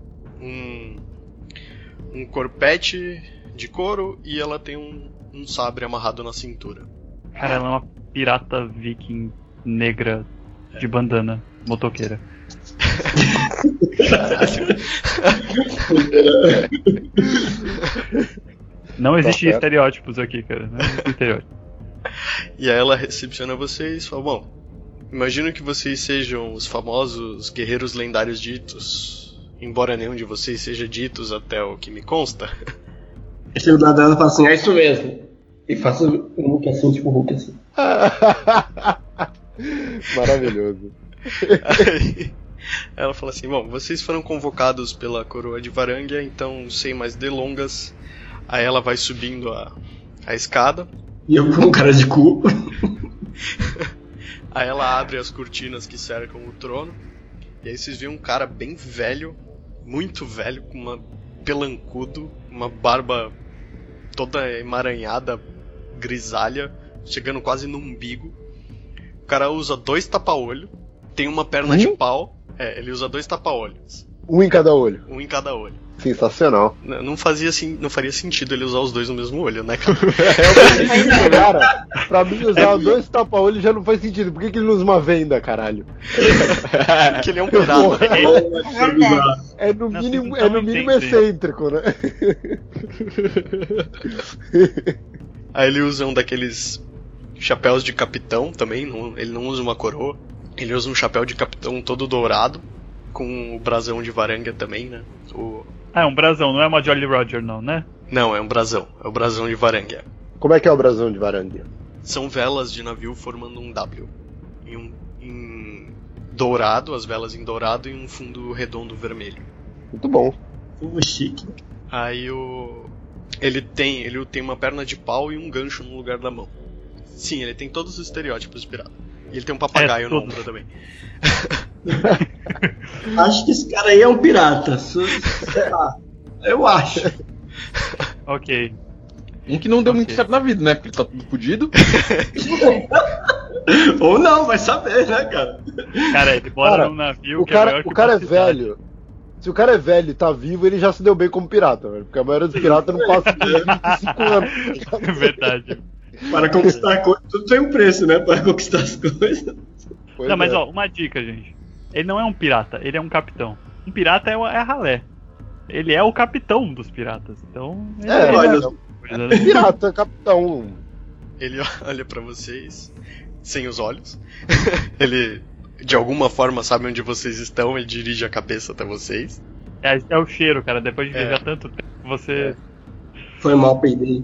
um corpete de couro e ela tem um sabre amarrado na cintura. Cara, ela é uma pirata viking negra de bandana, motoqueira. Não existe estereótipos aqui, cara. Não existe estereótipo. E aí ela recepciona vocês e fala: bom, Imagino que vocês sejam os famosos guerreiros lendários ditos, embora nenhum de vocês seja ditos até o que me consta. Eu chego do lado dela e falo assim, é isso mesmo. E faço um Hulk assim, tipo Hulk assim. Maravilhoso. Aí, ela fala assim, bom, vocês foram convocados pela coroa de Varangia, então sem mais delongas, aí ela vai subindo a escada. E eu com cara de cu. Aí ela abre as cortinas que cercam o trono, e aí vocês veem um cara bem velho, muito velho, com uma pelancudo, uma barba toda emaranhada, grisalha, chegando quase no umbigo. O cara usa 2 tapa-olho, tem uma perna de pau. Ele usa 2 tapa-olhos. Um em cada olho. Um em cada olho. Sensacional. Não faria sentido ele usar os 2 no mesmo olho, né, cara? Cara, pra mim usar 2 tapa-olhos já não faz sentido. Por que ele não usa uma venda, caralho? Porque ele é um pirata. É no mínimo excêntrico, né? Aí ele usa um daqueles chapéus de capitão também, ele não usa uma coroa. Ele usa um chapéu de capitão todo dourado, com o brasão de Varangia também, né? É um brasão, não é uma Jolly Roger não, né? Não, é um brasão, é o brasão de Varangia. Como é que é o brasão de Varangia? São velas de navio formando um W. Em dourado, as velas em dourado e um fundo redondo vermelho. Muito bom. Chique. Aí ele tem uma perna de pau e um gancho no lugar da mão. Sim, ele tem todos os estereótipos de pirata. E ele tem um papagaio no ombro também. Acho que esse cara aí é um pirata. Sei lá. Eu acho. Ok. Um que não deu muito certo na vida, né? Porque ele tá tudo fudido. Ou não, vai saber, né, cara? Cara, ele bora num navio que é maior que o cara é velho. Se o cara é velho e tá vivo, ele já se deu bem como pirata, velho. Porque a maioria dos piratas não passa de 25 anos. É verdade. Para conquistar coisas, tudo tem um preço, né? Para conquistar as coisas. Não, mas ó, uma dica, gente. Ele não é um pirata, ele é um capitão. Um pirata é a ralé. Ele é o capitão dos piratas. Então. É pirata, capitão. Ele olha pra vocês sem os olhos. Ele, de alguma forma, sabe onde vocês estão. Ele dirige a cabeça até vocês. É o cheiro, cara. Depois de viajar tanto tempo, você. Foi mal, peidei.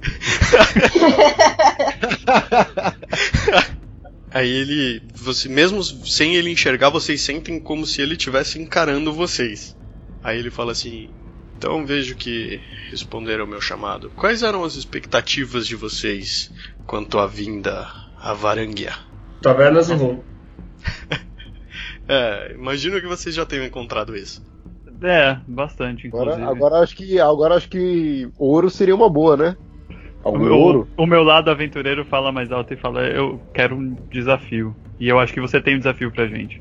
Aí mesmo sem ele enxergar, vocês sentem como se ele estivesse encarando vocês. Aí ele fala assim: então vejo que responderam ao meu chamado. Quais eram as expectativas de vocês quanto à vinda a Varangia? Tavernas e rum. Imagino que vocês já tenham encontrado isso. Bastante, inclusive. Agora acho que ouro seria uma boa, né? O meu lado aventureiro fala mais alto e fala: eu quero um desafio. E eu acho que você tem um desafio pra gente.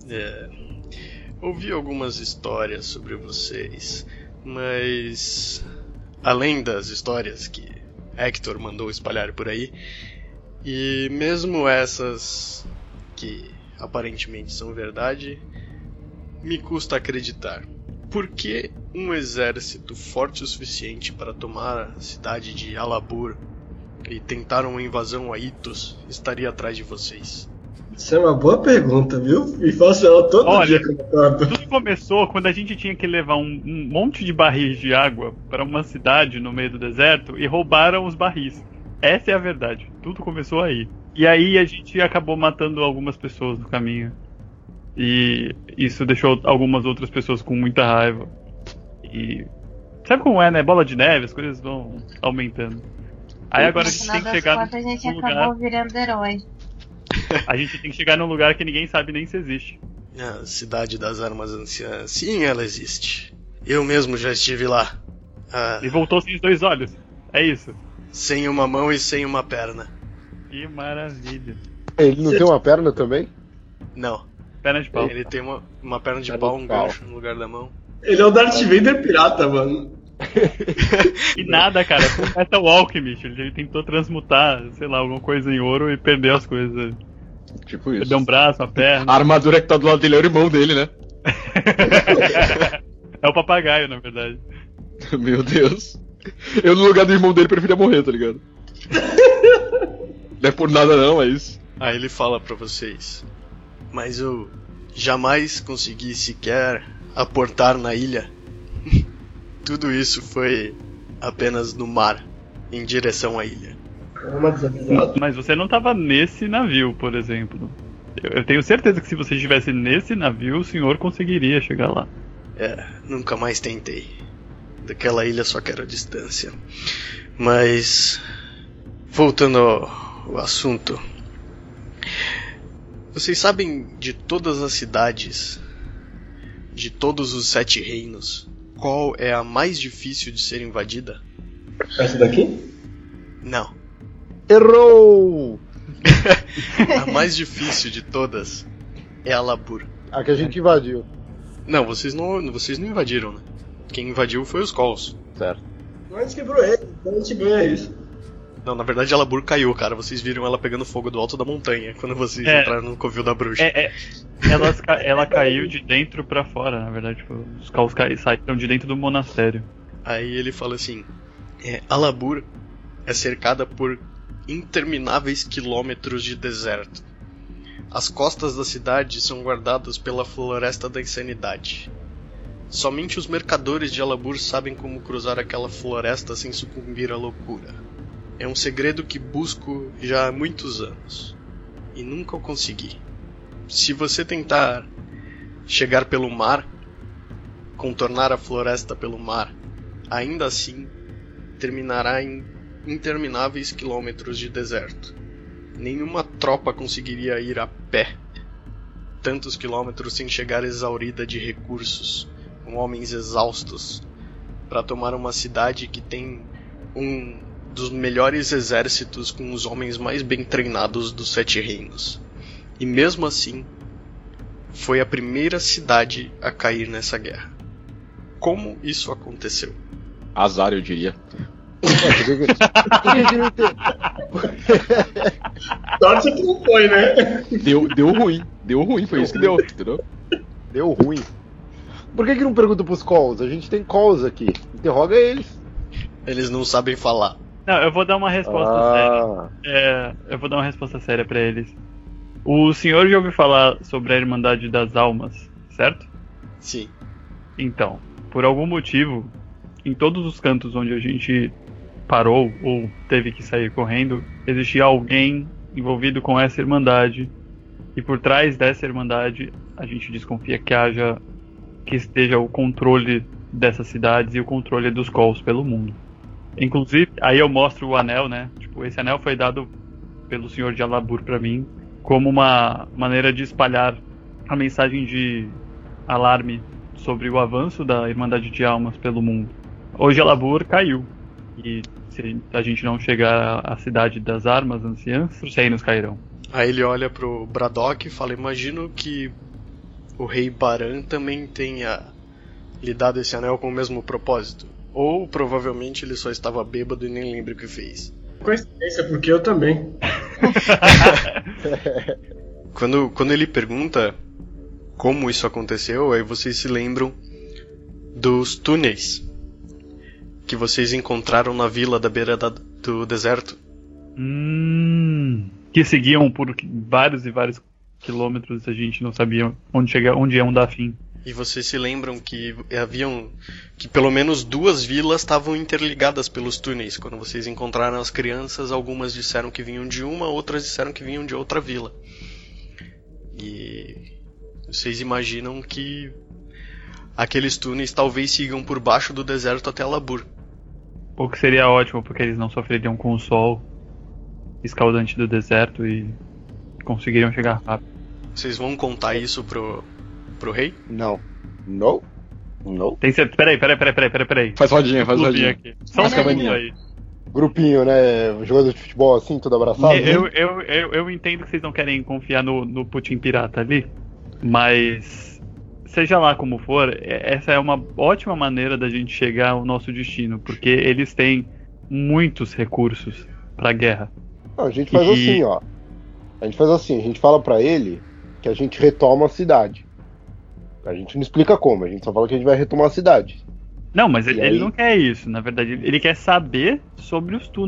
Ouvi algumas histórias sobre vocês, mas além das histórias que Hector mandou espalhar por aí, e mesmo essas que aparentemente são verdade, me custa acreditar. Por que um exército forte o suficiente para tomar a cidade de Alabur e tentar uma invasão a Itos estaria atrás de vocês? Isso é uma boa pergunta, viu? E faço ela todo dia. Tudo começou quando a gente tinha que levar um monte de barris de água para uma cidade no meio do deserto e roubaram os barris. Essa é a verdade. Tudo começou aí. E aí a gente acabou matando algumas pessoas no caminho. E isso deixou algumas outras pessoas com muita raiva. E sabe como é, né? Bola de neve, as coisas vão aumentando. Aí agora a gente tem que chegar num lugar... a gente acabou virando herói. A gente tem que chegar num lugar que ninguém sabe nem se existe. A cidade das armas anciãs. Sim, ela existe. Eu mesmo já estive lá. E voltou sem os 2 olhos. É isso. Sem uma mão e sem uma perna. Que maravilha. Ele não tem uma perna também? Não. Perna de pau. Ele tem uma perna de pau, um gancho no lugar da mão. Ele é o Darth Vader pirata, mano. E nada, cara. Foi o Metal Alchemist. Ele tentou transmutar, sei lá, alguma coisa em ouro e perdeu as coisas. Tipo isso. Perdeu um braço, uma perna. A armadura que tá do lado dele é o irmão dele, né? É o papagaio, na verdade. Meu Deus. Eu, no lugar do irmão dele, preferia morrer, tá ligado? Não é por nada não, é isso. Aí ele fala pra vocês: mas eu jamais consegui sequer aportar na ilha. Tudo isso foi apenas no mar, em direção à ilha. Mas você não tava nesse navio, por exemplo. Eu tenho certeza que se você estivesse nesse navio, o senhor conseguiria chegar lá. Nunca mais tentei. Daquela ilha só quero a distância. Mas, voltando ao assunto, vocês sabem de todas as cidades, de todos os 7 reinos, qual é a mais difícil de ser invadida? Essa daqui? Não. Errou! A mais difícil de todas é Alabur. A que a gente invadiu. Não, vocês não invadiram, né? Quem invadiu foi os Calls. Certo. A gente quebrou ele, então a gente ganha isso. Não, na verdade Alabur caiu, cara. Vocês viram ela pegando fogo do alto da montanha quando vocês entraram no covil da bruxa. Ela caiu de dentro pra fora, na verdade. Tipo, os Calls saíram de dentro do monastério. Aí ele fala assim: Alabur é cercada por intermináveis quilômetros de deserto. As costas da cidade são guardadas pela Floresta da Insanidade. Somente os mercadores de Alabur sabem como cruzar aquela floresta sem sucumbir à loucura. É um segredo que busco já há muitos anos e nunca o consegui. Se você tentar chegar pelo mar, contornar a floresta pelo mar, ainda assim terminará em intermináveis quilômetros de deserto. Nenhuma tropa conseguiria ir a pé tantos quilômetros sem chegar exaurida de recursos, com homens exaustos, para tomar uma cidade que tem um dos melhores exércitos com os homens mais bem treinados dos 7 reinos. E mesmo assim, foi a primeira cidade a cair nessa guerra. Como isso aconteceu? Azar, eu diria. Sorte que não foi, né? Deu ruim, foi isso que deu, entendeu? Deu ruim. Por que não pergunta pros calls? A gente tem calls aqui. Interroga eles. Eles não sabem falar. Não, eu vou dar uma resposta séria. Eu vou dar uma resposta séria pra eles. O senhor já ouviu falar sobre a Irmandade das Almas, certo? Sim. Então, por algum motivo, em todos os cantos onde a gente parou ou teve que sair correndo, existia alguém envolvido com essa Irmandade. E por trás dessa Irmandade, a gente desconfia que esteja o controle dessas cidades e o controle dos Calls pelo mundo. Inclusive, aí eu mostro o anel, né? Tipo, esse anel foi dado pelo senhor de Alabur pra mim como uma maneira de espalhar a mensagem de alarme sobre o avanço da Irmandade de Almas pelo mundo. Hoje Alabur caiu. E se a gente não chegar à cidade das armas anciãs, os reinos cairão. Aí ele olha pro Braddock e fala: imagino que o rei Baran também tenha lhe dado esse anel com o mesmo propósito. Ou provavelmente ele só estava bêbado e nem lembra o que fez. Coincidência, porque eu também. Quando ele pergunta como isso aconteceu, aí vocês se lembram dos túneis que vocês encontraram na vila da beira do deserto. Que seguiam por vários e vários quilômetros, a gente não sabia onde iam dar fim. E vocês se lembram que pelo menos 2 vilas estavam interligadas pelos túneis. Quando vocês encontraram as crianças, algumas disseram que vinham de uma, outras disseram que vinham de outra vila. E vocês imaginam que aqueles túneis talvez sigam por baixo do deserto até Alabur. O que seria ótimo, porque eles não sofreriam com o sol escaldante do deserto e conseguiriam chegar rápido. Vocês vão contar isso pro rei? Não. Tem certeza? Peraí. Faz rodinha aqui. Só um segundo aí. Grupinho, né? Jogador de futebol assim, todo abraçado. Eu entendo que vocês não querem confiar no Putin pirata ali, mas seja lá como for, essa é uma ótima maneira da gente chegar ao nosso destino, porque eles têm muitos recursos pra guerra. Não, a gente faz assim, ó. A gente fala pra ele que a gente retoma a cidade. A gente não explica como, a gente só fala que a gente vai retomar a cidade. Não, mas ele não quer isso, na verdade. Ele quer saber sobre os túneis.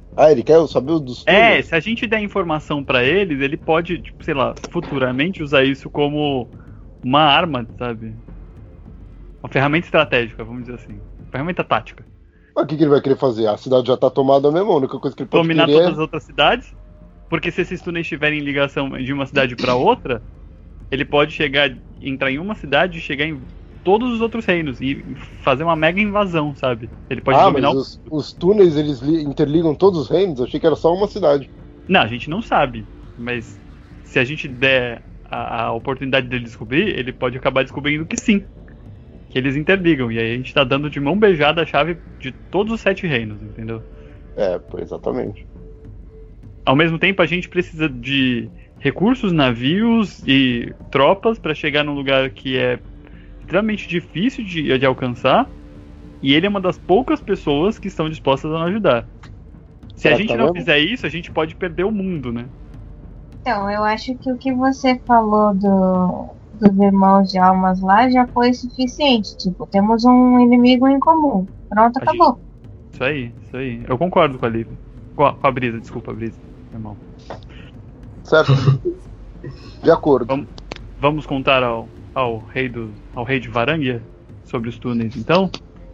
Ah, ele quer saber o dos túneis? Se a gente der informação pra eles, ele pode, tipo, sei lá, futuramente usar isso como uma arma, sabe? Uma ferramenta estratégica, vamos dizer assim. Ferramenta tática. Mas o que ele vai querer fazer? A cidade já tá tomada mesmo, a única coisa que ele pode Dominar querer todas as outras cidades? Porque se esses túneis estiverem em ligação de uma cidade pra outra, ele pode entrar em uma cidade e chegar em todos os outros reinos e fazer uma mega invasão, sabe? Ele pode dominar mas os túneis, eles interligam todos os reinos? Eu achei que era só uma cidade. Não, a gente não sabe, mas se a gente der a oportunidade dele descobrir, ele pode acabar descobrindo que sim, que eles interligam, e aí a gente tá dando de mão beijada a chave de todos os 7 reinos, entendeu? Exatamente. Ao mesmo tempo, a gente precisa de recursos, navios e tropas pra chegar num lugar que é extremamente difícil de alcançar, e ele é uma das poucas pessoas que estão dispostas a nos ajudar. Se a gente não fizer isso, a gente pode perder o mundo, né? Então, eu acho que o que você falou dos irmãos de almas lá já foi suficiente. Tipo, temos um inimigo em comum. Pronto, acabou. Isso aí. Eu concordo com a Lívia. Com a Brisa, desculpa, Brisa. Irmão. Certo. De acordo. Vamos contar ao rei de Varangia sobre os túneis, então?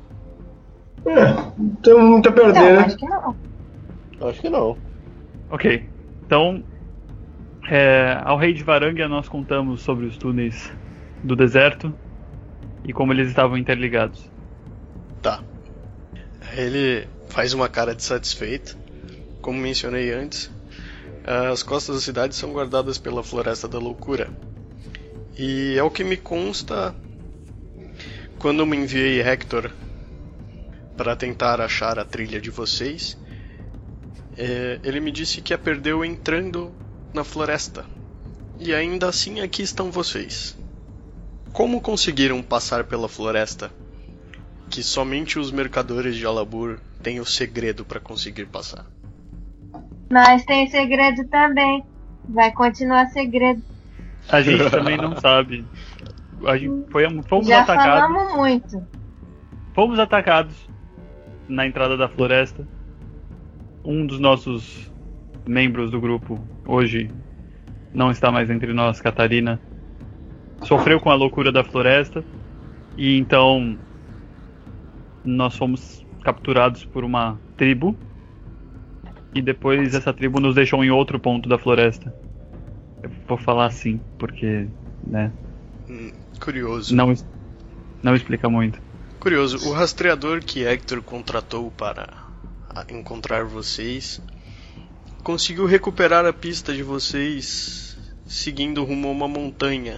Não tem muito a perder, né? Acho que não. Ok. Então, ao rei de Varangia nós contamos sobre os túneis do deserto e como eles estavam interligados. Tá. Ele faz uma cara de satisfeito. Como mencionei antes, as costas da cidade são guardadas pela Floresta da Loucura. E ao que me consta, quando eu me enviei Hector para tentar achar a trilha de vocês, ele me disse que a perdeu entrando na floresta. E ainda assim aqui estão vocês. Como conseguiram passar pela floresta, que somente os mercadores de Alabur têm o segredo para conseguir passar? Nós tem segredo também. Vai continuar segredo. A gente também não sabe. Fomos Já atacados. falamos muito. Fomos atacados na entrada da floresta. Um dos nossos membros do grupo hoje não está mais entre nós, Catarina. Sofreu com a loucura da floresta. E então nós fomos capturados por uma tribo. E depois essa tribo nos deixou em outro ponto da floresta. Eu vou falar assim, porque, né? Curioso. Não explica muito. Curioso, o rastreador que Hector contratou para encontrar vocês conseguiu recuperar a pista de vocês seguindo rumo a uma montanha.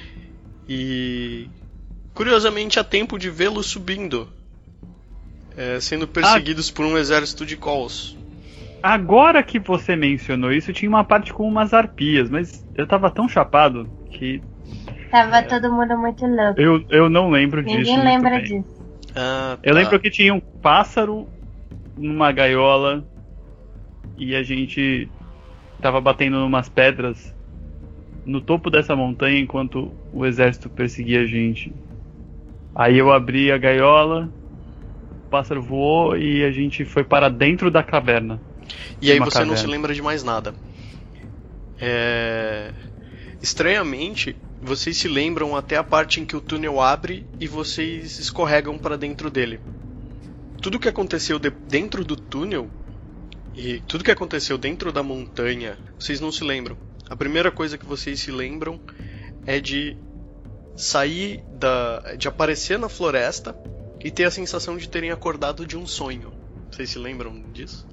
E curiosamente há tempo de vê-los subindo, sendo perseguidos por um exército de Calls. Agora que você mencionou isso, tinha uma parte com umas arpias, mas eu tava tão chapado que... Tava todo mundo muito louco. Eu não lembro disso. Ninguém lembra disso. Eu lembro que tinha um pássaro numa gaiola e a gente tava batendo numas pedras no topo dessa montanha enquanto o exército perseguia a gente. Aí eu abri a gaiola, o pássaro voou e a gente foi para dentro da caverna. E aí você não se lembra de mais nada. Estranhamente, vocês se lembram até a parte em que o túnel abre e vocês escorregam para dentro dele. Tudo que aconteceu dentro do túnel e tudo que aconteceu dentro da montanha, vocês não se lembram. A primeira coisa que vocês se lembram é de sair de aparecer na floresta e ter a sensação de terem acordado de um sonho. Vocês se lembram disso?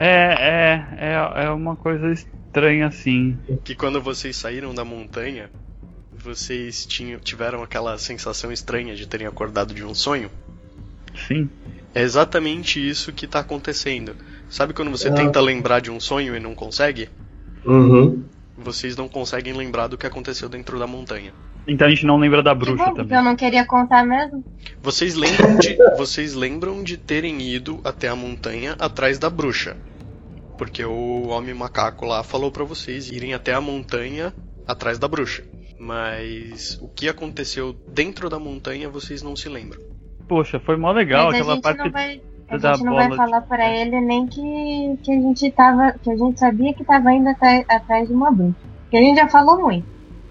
É uma coisa estranha assim. Que quando vocês saíram da montanha, vocês tiveram aquela sensação estranha de terem acordado de um sonho? Sim. É exatamente isso que tá acontecendo. Sabe quando você tenta lembrar de um sonho e não consegue? Uhum. Vocês não conseguem lembrar do que aconteceu dentro da montanha. Então a gente não lembra da bruxa também. Eu não queria contar mesmo. Vocês lembram de terem ido até a montanha atrás da bruxa. Porque o homem macaco lá falou pra vocês irem até a montanha atrás da bruxa. Mas o que aconteceu dentro da montanha vocês não se lembram. Poxa, foi mó legal mas aquela a gente parte. não vai A da gente não vai bola falar pra ele nem que a gente sabia que tava indo atrás de uma bruxa. Porque a gente já falou muito.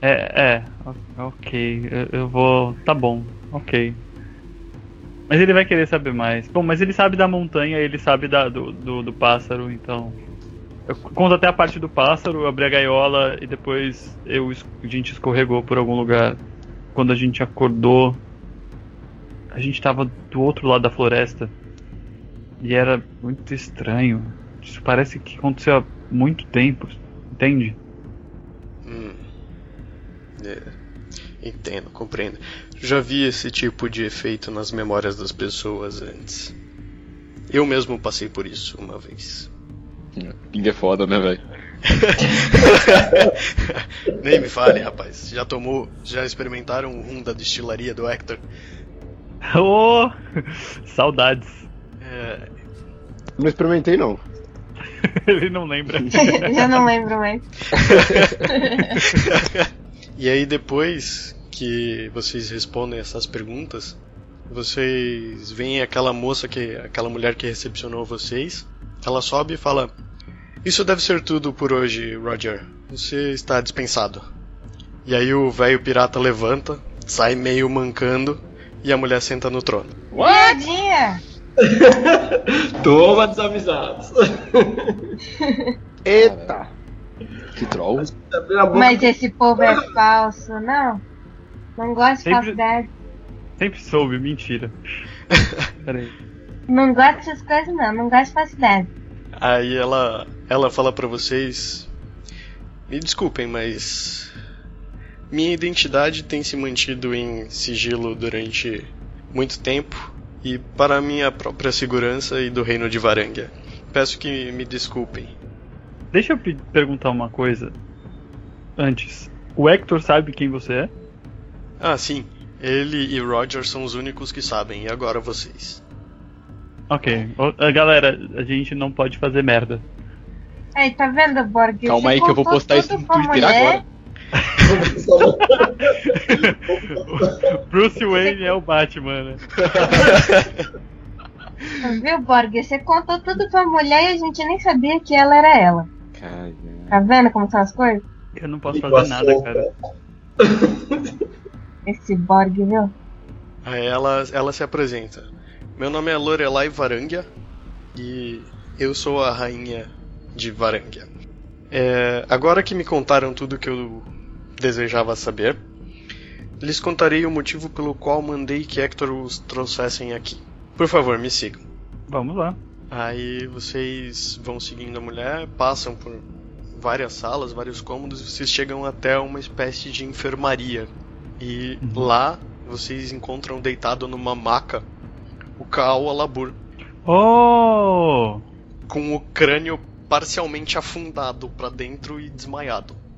Ok, eu vou. Tá bom, ok. Mas ele vai querer saber mais. Bom, mas ele sabe da montanha, ele sabe do pássaro, então. Eu conto até a parte do pássaro, eu abri a gaiola e depois a gente escorregou por algum lugar. Quando a gente acordou, a gente tava do outro lado da floresta. E era muito estranho. Isso parece que aconteceu há muito tempo, entende? Entendo, compreendo. Já vi esse tipo de efeito nas memórias das pessoas antes. Eu mesmo passei por isso uma vez. Ping é foda, né, velho? Nem me fale, rapaz. Já experimentaram o rum da destilaria do Hector? Oh, saudades. Não experimentei, não. Ele não lembra. Já não lembro mais. E aí depois que vocês respondem essas perguntas, vocês veem aquela mulher que recepcionou vocês. Ela sobe e fala: "Isso deve ser tudo por hoje, Roger. Você está dispensado." E aí o velho pirata levanta, sai meio mancando e a mulher senta no trono. Piadinha! Toma, desavisados. Eita! Que troll. Mas esse povo é falso, não? Não gosto de falsidade. Sempre soube, mentira. Peraí. Não gosto dessas coisas, não gosto de falsidade. Aí ela fala pra vocês: "Me desculpem, mas minha identidade tem se mantido em sigilo durante muito tempo, e para minha própria segurança e do reino de Varangia. Peço que me desculpem." Deixa eu perguntar uma coisa antes. O Hector sabe quem você é? Ah, sim. Ele e Roger são os únicos que sabem, e agora vocês. Ok. Galera, a gente não pode fazer merda. Aí, tá vendo, Borg? Calma aí que eu vou postar isso no Twitter agora. Bruce Wayne é o Batman, né? Viu, Borg? Você contou tudo pra mulher e a gente nem sabia que ela era ela. Caramba. Tá vendo como são as coisas? Eu não posso fazer nada, cara. Esse Borg, viu? Aí ela se apresenta. Meu nome é Lorelai Varangia e eu sou a rainha de Varangia. Agora que me contaram tudo que eu desejava saber, lhes contarei o motivo pelo qual mandei que Hector os trouxessem aqui. Por favor, me sigam. Vamos lá. Aí vocês vão seguindo a mulher, passam por várias salas, vários cômodos, e vocês chegam até uma espécie de enfermaria. E lá vocês encontram deitado numa maca o Kaal Alabur. Oh! Com o crânio parcialmente afundado pra dentro e desmaiado.